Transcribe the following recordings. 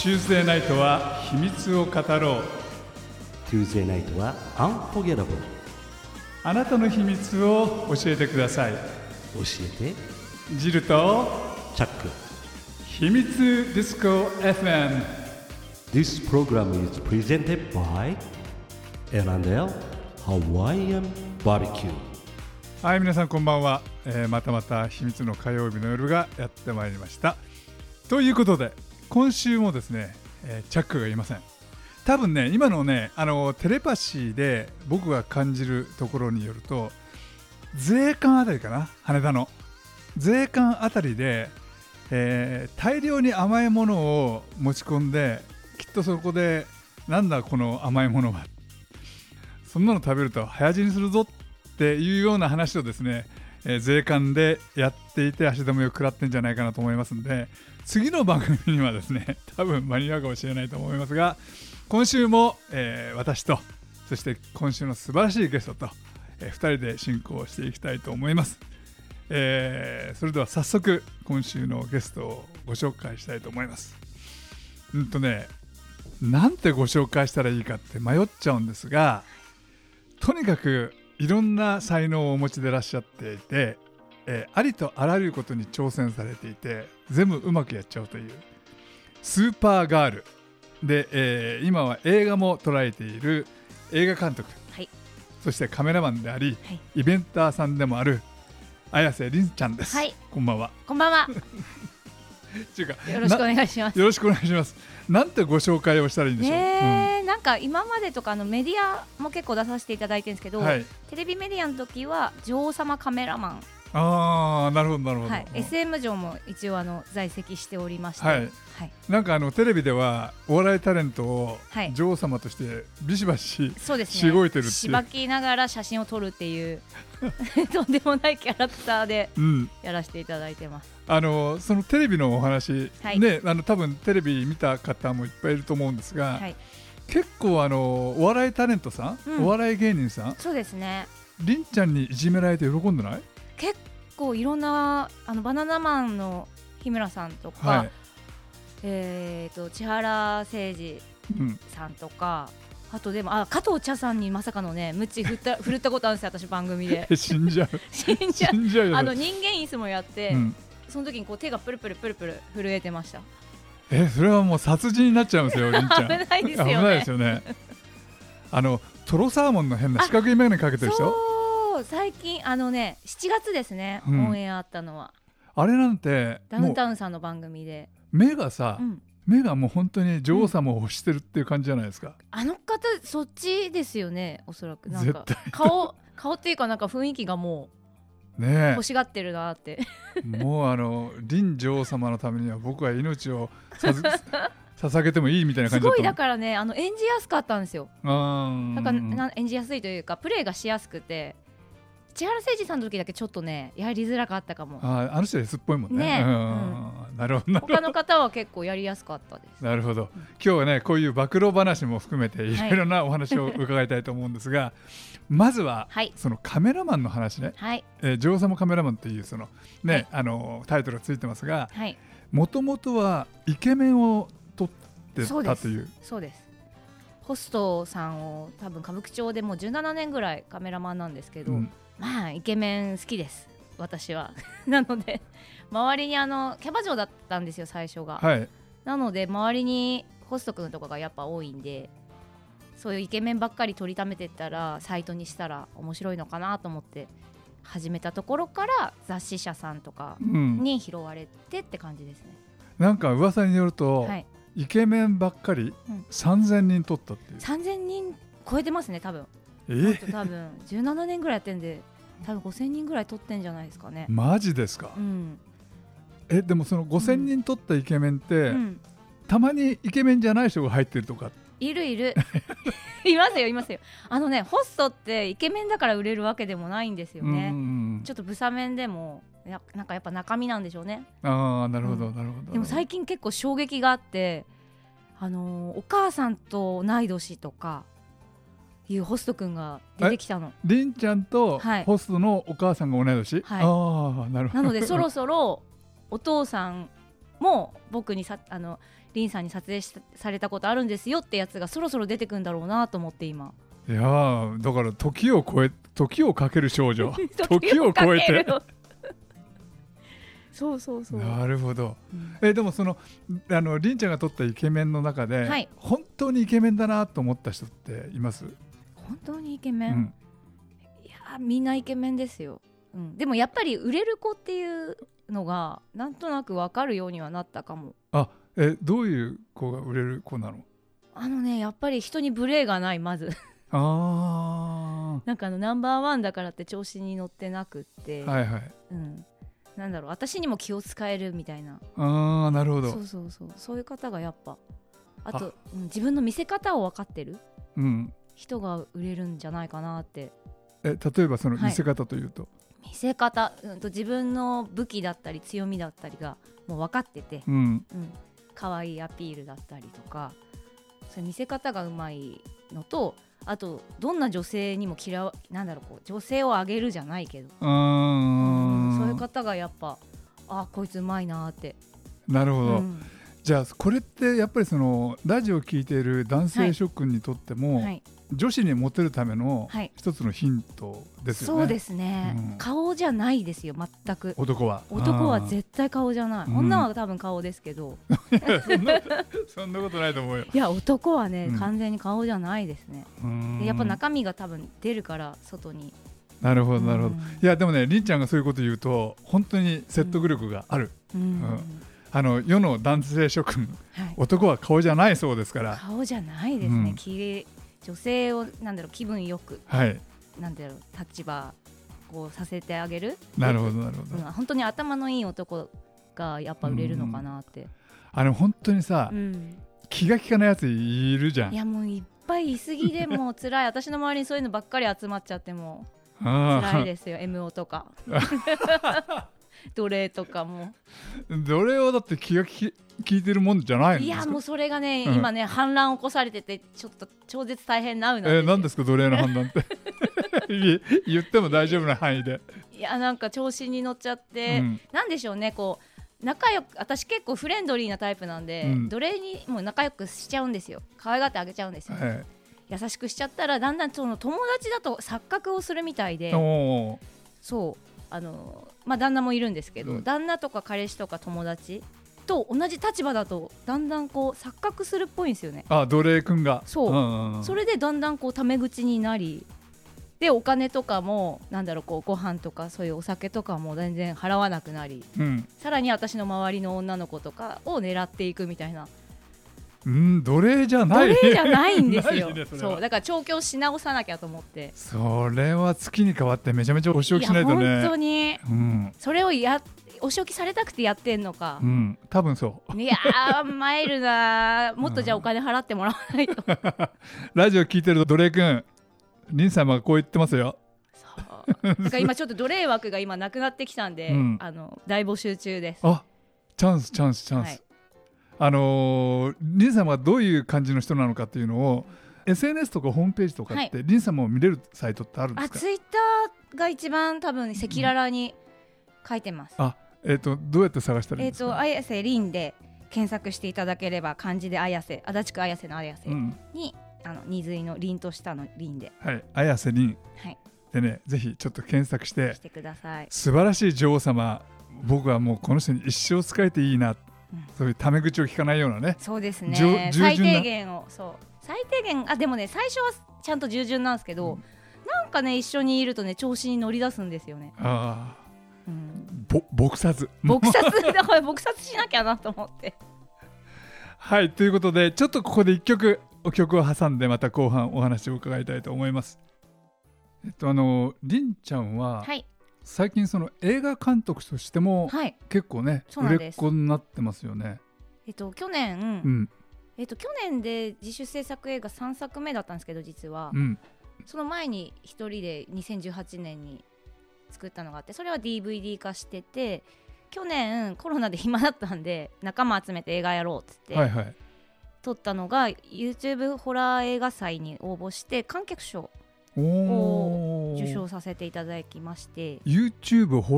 Tuesday ナイトは秘密を語ろう。 Tuesday ナイトは Unforgettable。 あなたの秘密を教えてください。 教えてジルとチャック。 秘密ディスコ FM。 This program is presented by L&L Hawaiian Barbecue。 はい、皆さんこんばんは。また秘密の火曜日の夜がやってまいりました。ということで今週もですね、チャックがいません。多分ね、今のね、テレパシーで僕が感じるところによると、税関あたりかな、羽田の税関あたりで、大量に甘いものを持ち込んで、きっとそこでなんだこの甘いものは、そんなの食べると早死にするぞっていうような話をですね、税関でやっていて足止めを食らってんじゃないかなと思いますんで、次の番組にはですね多分間に合うかもしれないと思いますが、今週も、私とそして今週の素晴らしいゲストと、2人で進行していきたいと思います。それでは早速今週のゲストをご紹介したいと思います。なんてご紹介したらいいかって迷っちゃうんですが、とにかくいろんな才能をお持ちでいらっしゃっていて、ありとあらゆることに挑戦されていて、全部うまくやっちゃうというスーパーガールで、今は映画も捉えている映画監督、 はい、 そしてカメラマンであり、 はい、 イベンターさんでもある綾瀬りんちゃんです、 はい、 こんばんは。 こんばんはよろしくお願いします。 よろしくお願いします。なんてご紹介をしたらいいんでしょう。 なんか今までとかメディアも結構出させていただいてるんですけど、はい、テレビメディアの時は女王様カメラマン、 あー、なるほどなるほど、 はい、SM 上も一応在籍しておりまして、 はいはい、なんかテレビではお笑いタレントを女王様としてビシバシ、 そうですね、 しごいてるっていう、 しばきながら写真を撮るっていうとんでもないキャラクターでやらせていただいてます。 そのテレビのお話、 はい、 ね、多分テレビ見た方もいっぱいいると思うんですが、はい、結構お笑いタレントさん、お笑い芸人さん、 そうですね、 りんちゃんにいじめられて喜んでない？ 結構いろんなバナナマンの日村さんとか、はい、千原誠二さんとか、あとでも加藤茶さんにまさかのね、ムチ振ったことあるんですよ、私番組で。 死んじゃう人間椅子もやって、その時にこう手がプルプルプルプル震えてました。 それはもう殺人になっちゃうんですよ、りんちゃん。 危ないですよね。 危ないですよね。トロサーモンの変な四角い眼鏡かけてる人。 最近7月ですね、オンエアあったのは。 あれなんてダウンタウンさんの番組で目がさ、目がもう本当に女王様を欲してるっていう感じじゃないですか。 あの方そっちですよね、おそらく。なんか顔っていうか、なんか雰囲気がもうね、欲しがってるなって。 もう林女王様のためには僕は命を捧げてもいいみたいな感じだった。 すごい、だからね、演じやすかったんですよ。だから演じやすいというか、プレーがしやすくて、千原誠二さんの時だけちょっとねやりづらかったかも。 あの人安っぽいもんね。なるほど。 他の方は結構やりやすかったです。 なるほど。今日はね、こういう暴露話も含めていろいろなお話を伺いたいと思うんですが、まずは、そのカメラマンの話ね、女王様カメラマンというその、ね、タイトルがついてますが、もともとはイケメンを撮ってたという。 そうです。ホストさんを多分歌舞伎町でもう17年ぐらいカメラマンなんですけど、まあイケメン好きです私は。なので周りにキャバ嬢だったんですよ、最初が。なので周りにホスト君とかがやっぱ多いんで、そういうイケメンばっかり取りためてったらサイトにしたら面白いのかなと思って始めたところから、雑誌社さんとかに拾われてって感じですね。 なんか噂によると、イケメンばっかり3000人取ったっていう。 3000人超えてますね多分。多分17年ぐらいやってんで、多分5000人ぐらい取ってんじゃないですかね。 マジですか。でもその5000人取ったイケメンって、たまにイケメンじゃない人が入ってるとか。 いるいますよいますよ。ホストってイケメンだから売れるわけでもないんですよね。ちょっとブサメンでもなんかやっぱ中身なんでしょうね。 なるほどなるほど。 でも最近結構衝撃があって、お母さんと同い年とかいうホストくんが出てきたの。 りんちゃんとホストのお母さんが同い年、 なるほど。なのでそろそろお父さんも僕にリンさんに撮影されたことあるんですよってやつがそろそろ出てくんだろうなと思って今。 いやーだから時をかける少女時を超えてそうそうそう。 なるほど、でもりんちゃんが撮ったイケメンの中で、 はい、 本当にイケメンだなと思った人っています？ 本当にイケメン、いやみんなイケメンですよ、でもやっぱり売れる子っていうのがなんとなく分かるようにはなったかも。 どういう子が売れる子なの？ やっぱり人に無礼がないまずなんかナンバーワンだからって調子に乗ってなくって、 はいはい、 なんだろう、私にも気を使えるみたいな。 なるほど。 そういう方がやっぱあと自分の見せ方を分かってる、人が売れるんじゃないかなって。 例えばその見せ方というと、 見せ方、自分の武器だったり強みだったりがもう分かってて、可愛いアピールだったりとか、そういう見せ方がうまいのと、あとどんな女性にも女性を上げるじゃないけど、そういう方がやっぱこいつうまいなって。 なるほど、じゃあこれってやっぱりラジオを聞いている男性諸君にとっても、女子にモテるための一つのヒントですよね。 そうですね、顔じゃないですよ全く。男は絶対顔じゃない、女は多分顔ですけどそんなことないと思うよ。 いや男はね、完全に顔じゃないですね。でやっぱ中身が多分出るから外に。 なるほどなるほど、いやでもねりんちゃんがそういうこと言うと本当に説得力がある、世の男性諸君、男は顔じゃないそうですから。 顔じゃないですね、女性を気分よく、立場をさせてあげる。 なるほどなるほど、 本当に頭のいい男がやっぱ売れるのかなって。 本当にさ、気が利かないやついるじゃん。 いやもういっぱいいすぎでも辛い私の周りにそういうのばっかり集まっちゃっても辛いですよMO とか奴隷とかも。 奴隷はだって気が利いてるもんじゃないんですか？ いやもうそれがね、今ね反乱起こされててちょっと超絶大変なうなんですよ。 何ですか奴隷の反乱って言っても大丈夫な範囲で。 いやなんか調子に乗っちゃって、なんでしょうね、こう仲良く、私結構フレンドリーなタイプなんで、奴隷にもう仲良くしちゃうんですよ。可愛がってあげちゃうんですよ、優しくしちゃったらだんだん友達だと錯覚をするみたいで、そう旦那もいるんですけど、旦那とか彼氏とか友達と同じ立場だとだんだんこう錯覚するっぽいんですよね。 奴隷くんが。 それでだんだんこうタメ口になり、でお金とかもご飯とかそういうお酒とかも全然払わなくなり、さらに私の周りの女の子とかを狙っていくみたいな。 奴隷じゃないんですよそうだから調教し直さなきゃと思って。それは月に変わってめちゃめちゃお仕置きしないとね。 いや本当に、それをお仕置きされたくてやってんのか、 多分そう。 いやマイルなもっとじゃあお金払ってもらわないとラジオ聞いてると奴隷くん、リン様がこう言ってますよ。 だから今ちょっと奴隷枠が今なくなってきたんで、大募集中です。 チャンス、リン様がどういう感じの人なのかっていうのを SNS とかホームページとかって、リン様を見れるサイトってあるんですか？ ツイッターが一番多分赤裸々に書いてます。 どうやって探したらいいんですか？ 綾瀬リンで検索していただければ、漢字で綾瀬、足立区綾瀬の綾瀬に、二髄のリンと下のリンで、 綾瀬リン、でね、ぜひちょっと検索してください。 素晴らしい女王様、僕はもうこの人に一生仕えていいな、そういうタメ口を聞かないようなね。 そうですね、最低限をでもね最初はちゃんと従順なんですけど、なんかね一緒にいるとね調子に乗り出すんですよね。 撲殺だから撲殺しなきゃなと思ってはい、ということでちょっとここで一曲お曲を挟んでまた後半お話を伺いたいと思います。りんちゃんは、最近その映画監督としても、結構ね売れっ子になってますよね。 去年、去年で自主制作映画3作目だったんですけど、実は、その前に一人で2018年に作ったのがあって、それは DVD 化してて、去年コロナで暇だったんで仲間集めて映画やろうっつって、撮ったのが YouTube ホラー映画祭に応募して観客賞を受賞させていただきまして。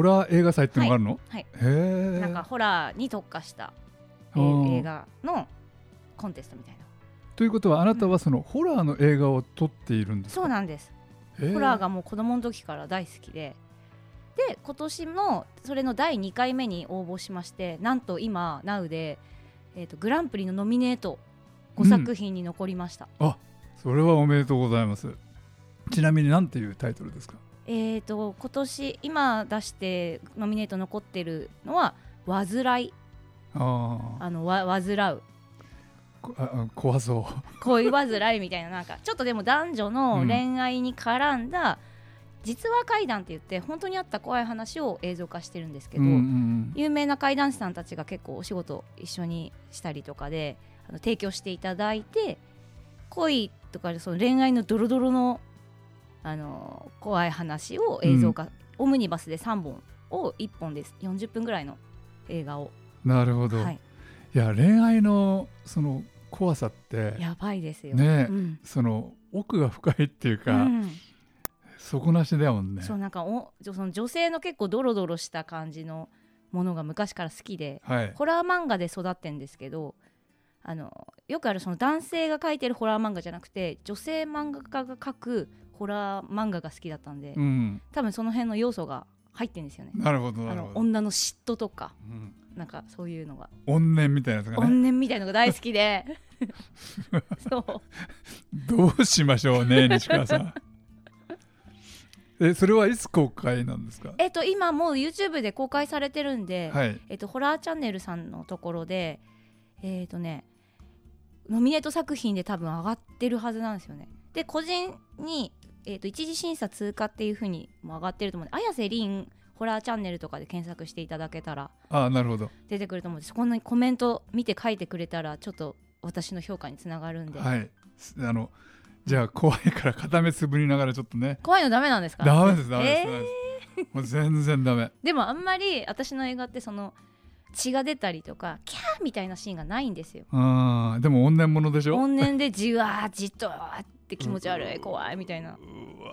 YouTube ホラー映画祭ってのがあるの？ なんかホラーに特化した映画のコンテストみたいな。 ということはあなたはそのホラーの映画を撮っているんですか？ そうなんです。ホラーがもう子供の時から大好きで、今年のそれの第2回目に応募しまして、なんと今 NOW で、グランプリのノミネート5作品に残りました。 あ、それはおめでとうございます。ちなみに何ていうタイトルですか？ 今年今出してノミネート残ってるのは煩い、煩う、 怖そう恋煩いみたいな、なんかちょっとでも男女の恋愛に絡んだ実話怪談って言って、本当にあった怖い話を映像化してるんですけど、有名な怪談師さんたちが結構お仕事一緒にしたりとかで提供していただいて、恋とかその恋愛のドロドロの、怖い話を映像化、オムニバスで3本を1本です40分ぐらいの映画を。 なるほど、はい、いや恋愛のその怖さってやばいですよね、その奥が深いっていうか、底なしだもんね。 そう、なんかその女性の結構ドロドロした感じのものが昔から好きで、ホラー漫画で育ってんですけど、よくあるその男性が描いてるホラー漫画じゃなくて女性漫画家が描くホラー漫画が好きだったんで、多分その辺の要素が入ってるんですよね。 なるほどなるほど。 女の嫉妬とか、なんかそういうのが怨念みたいなのがね、 怨念みたいなのが大好きでそうどうしましょうね西川さんそれはいつ公開なんですか？ 今もう YouTube で公開されてるんで、 はい、 ホラーチャンネルさんのところでノミネート作品で多分上がってるはずなんですよね。で個人に、一次審査通過っていう風にも上がってると思うんで、綾瀬凛ホラーチャンネルとかで検索していただけたらなるほど出てくると思うんです。こんなにコメント見て書いてくれたらちょっと私の評価につながるんで、 はい、じゃあ怖いから片目つぶりながらちょっとね。 怖いのダメなんですか？ ダメですダメです、もう全然ダメ。 でもあんまり私の映画ってその血が出たりとかキャーみたいなシーンがないんですよ。 でも怨念ものでしょ。 怨念でじわーじっとって気持ち悪い怖いみたいな。 う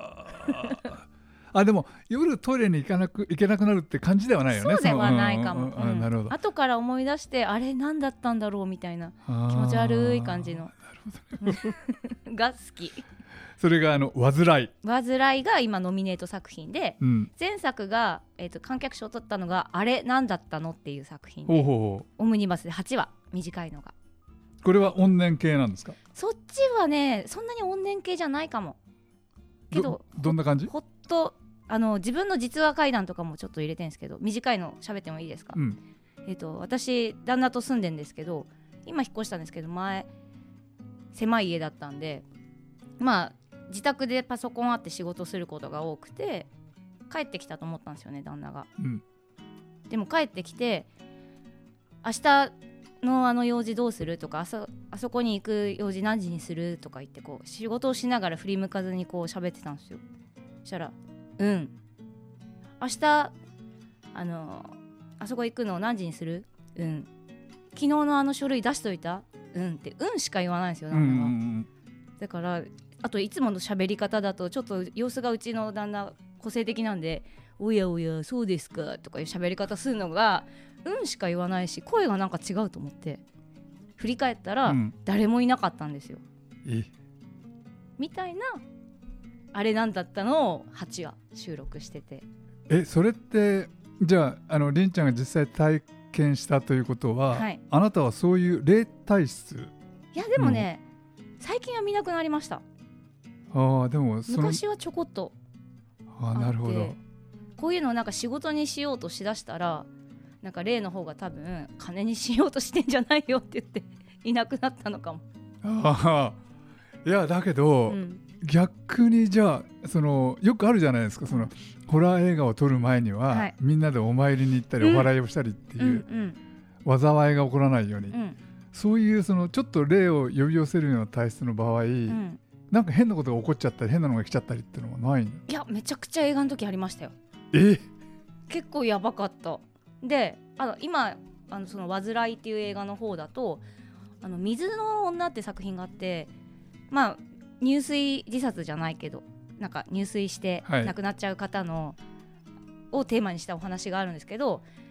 わでも夜トイレに行けなくなるって感じではないよね。 そうではないかも。 なるほど。 後から思い出してあれ何だったんだろうみたいな気持ち悪い感じのが好き。 それが煩いが今ノミネート作品で、前作が、観客賞を取ったのがあれ何だったのっていう作品で、オムニバスで8話短いのが。 これは怨念系なんですか？ そっちはねそんなに怨念系じゃないかもけど、 どんな感じ？ ほっと自分の実話怪談とかもちょっと入れてるんですけど、短いの喋ってもいいですか？私旦那と住んでんですけど、今引っ越したんですけど、前狭い家だったんで、自宅でパソコンあって仕事することが多くて、帰ってきたと思ったんですよね旦那が、でも帰ってきて明日の用事どうするとか、あそこに行く用事何時にするとか言ってこう仕事をしながら振り向かずにこう喋ってたんですよ。そしたら明日あそこ行くの何時にする？昨日の書類出しといた？ってしか言わないんですよ旦那が。だからあといつもの喋り方だとちょっと様子がうちの旦那個性的なんで、おやおやそうですかとかいう喋り方するのがしか言わないし、声がなんか違うと思って振り返ったら誰もいなかったんですよ、みたいなあれなんだったのを8話収録してて。 それってじゃありんちゃんが実際体験したということは、あなたはそういう霊体質？ いやでもね、最近は見なくなりました。 でも昔はちょこっとあって、 なるほど。 こういうのをなんか仕事にしようとしだしたら、なんか霊の方が多分金にしようとしてんじゃないよって言っていなくなったのかも。 いやだけど、逆にじゃあよくあるじゃないですか、ホラー映画を撮る前には、みんなでお参りに行ったり、お祓いをしたりっていう、災いが起こらないように、そういうちょっと霊を呼び寄せるような体質の場合、なんか変なことが起こっちゃったり変なのが来ちゃったりっていうのはないの？ いやめちゃくちゃ映画の時ありましたよ。結構やばかった。で今その煩いっていう映画の方だと水の女って作品があって、入水自殺じゃないけどなんか入水して亡くなっちゃう方の、をテーマにしたお話があるんですけど、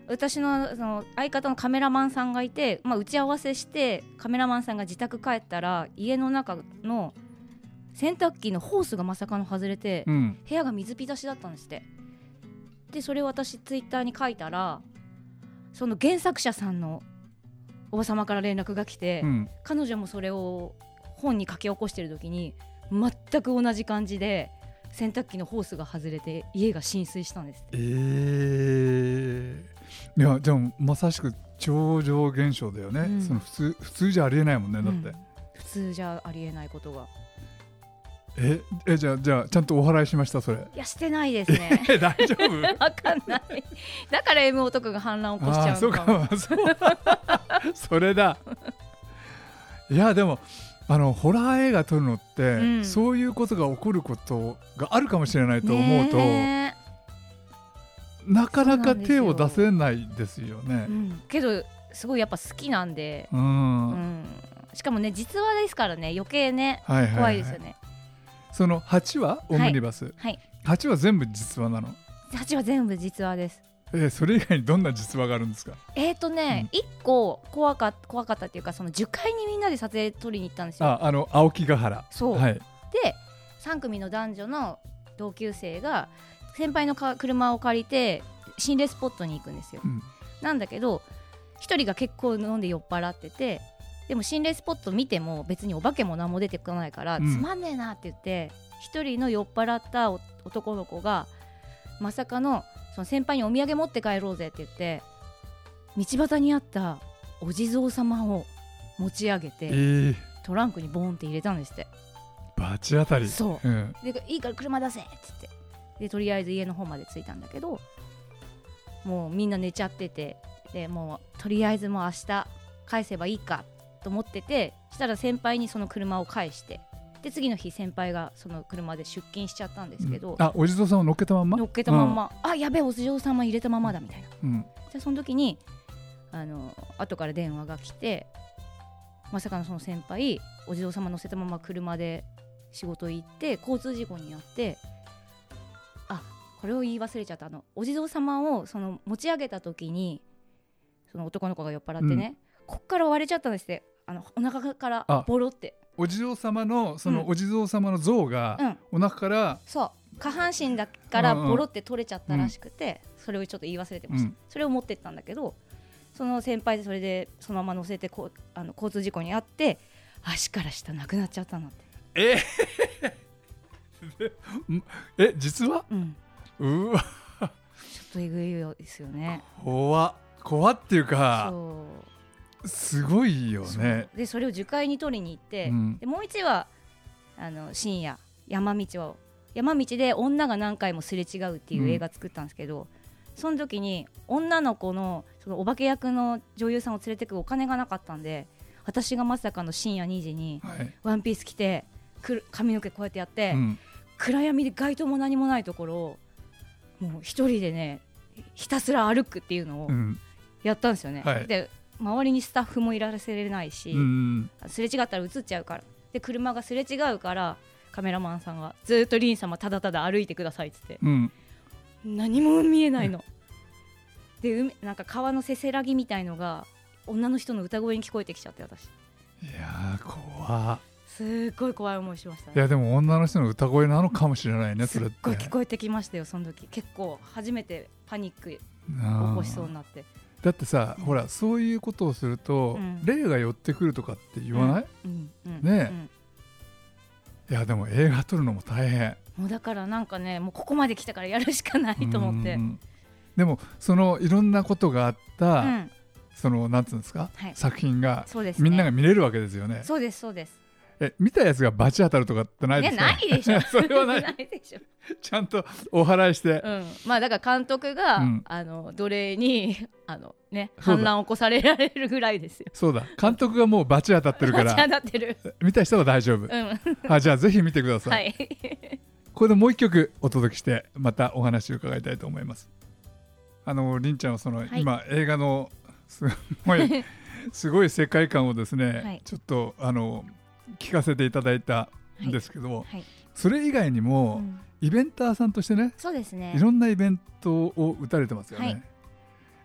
私の、 その相方のカメラマンさんがいて、打ち合わせしてカメラマンさんが自宅帰ったら家の中の洗濯機のホースがまさかの外れて、部屋が水浸しだったんですって。でそれを私ツイッターに書いたら、その原作者さんのおば様から連絡が来て、彼女もそれを本に書き起こしてる時に全く同じ感じで洗濯機のホースが外れて家が浸水したんです。 いやでもまさしく超常現象だよね、その普通じゃありえないもんね、だって、 普通じゃありえないことが。 じゃあちゃんとお払いしました？それいやしてないですね大丈夫？ わかんない。だから M 男が反乱起こしちゃうのかも。 それだ。いやでもホラー映画撮るのって、そういうことが起こることがあるかもしれないと思うと、なかなか手を出せないですよね。 けどすごいやっぱ好きなんで、しかもね実話ですからね、余計ね、怖いですよね。 その8話オムニバス、8話全部実話なの？8 話全部実話です。 それ以外にどんな実話があるんですか ？1個怖かったっていうか、その樹海にみんなで撮影撮りに行ったんですよ。 青木ヶ原。 そう、で3組の男女の同級生が先輩の車を借りて心霊スポットに行くんですよ、なんだけど1人が結構飲んで酔っ払ってて、でも心霊スポット見ても別にお化けも何も出てこないから、つまんねえなって言って1人の酔っ払った男の子がまさかのその先輩にお土産持って帰ろうぜって言って道端にあったお地蔵様を持ち上げて、トランクにボーンって入れたんですって。 バチ当たり。 そう、でいいから車出せって言って、でとりあえず家の方まで着いたんだけど、もうみんな寝ちゃってて、でもうとりあえずもう明日返せばいいかと思ってて、したら先輩にその車を返して、で次の日先輩がその車で出勤しちゃったんですけど、 お地蔵様を乗っけたまんま、 やべえお地蔵様入れたままだみたいな、じゃあその時に後から電話が来て、まさかのその先輩お地蔵様乗せたまま車で仕事行って交通事故に遭って、これを言い忘れちゃった。お地蔵様をその持ち上げた時にその男の子が酔っ払ってね、こっから割れちゃったんですって、お腹からボロって。 お地蔵様のそのお地蔵様の像がお腹から、 そう下半身だからボロって取れちゃったらしくて、それをちょっと言い忘れてました、それを持ってったんだけど、その先輩でそれでそのまま乗せて交通事故に遭って足から下なくなっちゃったのって。 実は、うわちょっとえぐいようですよね。 怖っていうか、すごいよね。 でそれを樹海に取りに行って、でもう一は深夜山道で女が何回もすれ違うっていう映画作ったんですけど、その時に女の子のそのお化け役の女優さんを連れてくお金がなかったんで、私がまさかの深夜2時にワンピース着て髪の毛こうやってやって、暗闇で街灯も何もないところをもう一人でねひたすら歩くっていうのをやったんですよね、で周りにスタッフもいらせれないし、すれ違ったら映っちゃうから、で車がすれ違うからカメラマンさんがずっとリン様ただただ歩いてくださいって言って、何も見えないの、でなんか川のせせらぎみたいのが女の人の歌声に聞こえてきちゃって、私いや怖っ、 すっごい怖い思いしましたね。 いやでも女の人の歌声なのかもしれないね、それってすっごい聞こえてきましたよ。その時結構初めてパニック起こしそうになって。 だってさ、ほらそういうことをすると、霊が寄ってくるとかって言わない？ねえ、いやでも映画撮るのも大変。 もうだからなんかね、もうここまで来たからやるしかないと思って。 でもそのいろんなことがあった、そのなんつうんですか、作品がみんなが見れるわけですよね。 そうですそうです。 見たやつがバチ当たるとかってないですか？ ないでしょそれはないでしょちゃんとお祓いして、 まあだから監督が、奴隷に反乱を起こされられるぐらいですよ。 そうだ、監督がもうバチ当たってるからバチ当たってる見た人は大丈夫、じゃあぜひ見てください、これでもう一曲お届けしてまたお話を伺いたいと思います。りんちゃんはその、今映画のすごい世界観をですね、ちょっと聞かせていただいたんですけど、それ以外にも、イベンターさんとしてね、 そうですね、 いろんなイベントを打たれてますよね、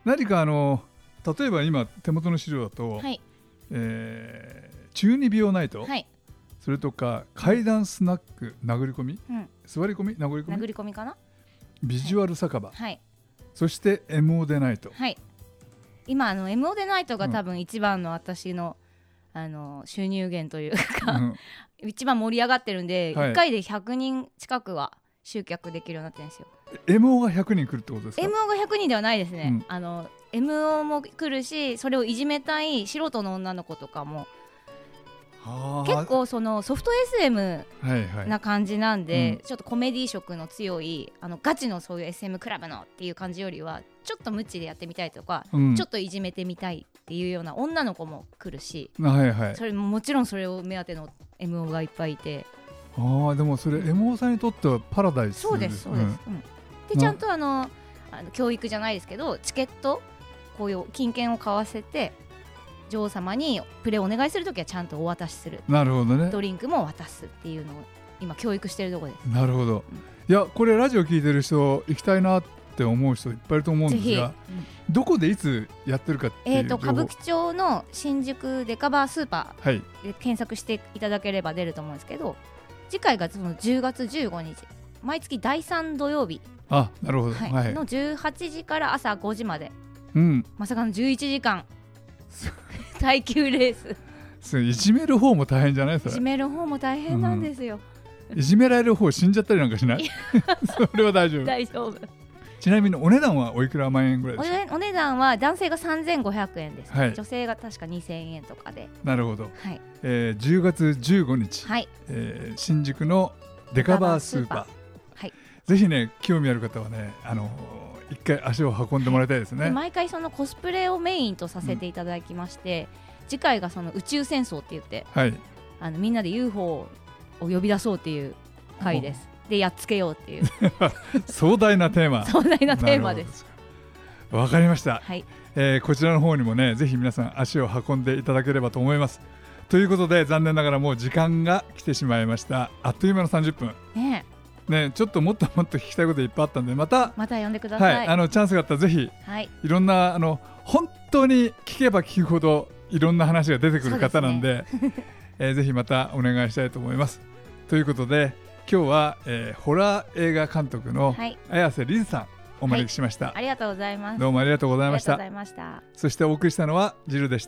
何か例えば今手元の資料だと、 はい、 中二病ナイト、 はい、 それとか階段スナック殴り込み、 うん、 座り込み殴り込み殴り込みかな、 ビジュアル酒場、 はい、 そして MO デナイト、 はい、今MO デナイトが多分一番の私の、収入源というか、一番盛り上がってるんで、 はい、1 回で100人近くは集客できるようになってるんですよ。 MO が100人来るってことですか？ MO が100人ではないですね、MO も来るし、それをいじめたい素人の女の子とかも結構そのソフト SM な感じなんで、はいはい、ちょっとコメディ色の強いガチのそういう SM クラブのっていう感じよりはちょっと無知でやってみたいとか、ちょっといじめてみたいっていうような女の子も来るし、はいはい、それもちろんそれを目当ての MO がいっぱいいて、 でもそれ MO さんにとってはパラダイスです。 そうですそうです、でちゃんと教育じゃないですけど、チケットこういう金券を買わせて女王様にプレーお願いするときはちゃんとお渡しする。 なるほどね。 ドリンクも渡すっていうのを今教育してるところです。 なるほど、いやこれラジオ聞いてる人行きたいなって思う人いっぱいいると思うんですが、どこでいつやってるかっていう情報、 歌舞伎町の新宿デカバースーパーで検索していただければ出ると思うんですけど、次回がその10月15日毎月第3土曜日、 なるほど、 はいはい、の18時から朝5時まで、まさかの11時間耐久レースそれいじめる方も大変じゃない？それいじめる方も大変なんですよ、 いじめられる方死んじゃったりなんかしない？それは大丈夫？大丈夫。ちなみにお値段はおいくら万円ぐらいですか？お値段は男性が3500円です、はい、女性が確か2000円とかで。 なるほど、はい、10月15日、はい、新宿のデカバースーパー、はい、ぜひね興味ある方はね一回足を運んでもらいたいですね、はい、 毎回そのコスプレをメインとさせていただきまして、次回がその宇宙戦争って言って、はい、みんなで UFO を呼び出そうっていう回です。でやっつけようっていう壮大なテーマ壮大なテーマです。 わかりました、はい、こちらの方にもねぜひ皆さん足を運んでいただければと思います。ということで残念ながらもう時間が来てしまいました。あっという間の30分ね、ちょっともっともっと聞きたいこといっぱいあったんでまた呼んでください、 はい、チャンスがあったらぜひ、はい、いろんな本当に聞けば聞くほどいろんな話が出てくる方なんで、ぜひまたお願いしたいと思います。ということで今日は、ホラー映画監督の綾瀬りずさんお招きしました、はい、 ありがとうございます。 どうもありがとうございました。そしてお送りしたのはジルでした。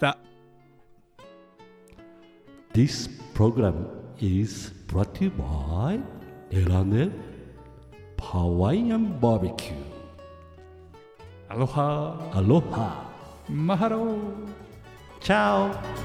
This program is brought to you by L&L Hawaiian Barbecue. Aloha. Aloha. Mahalo. Ciao.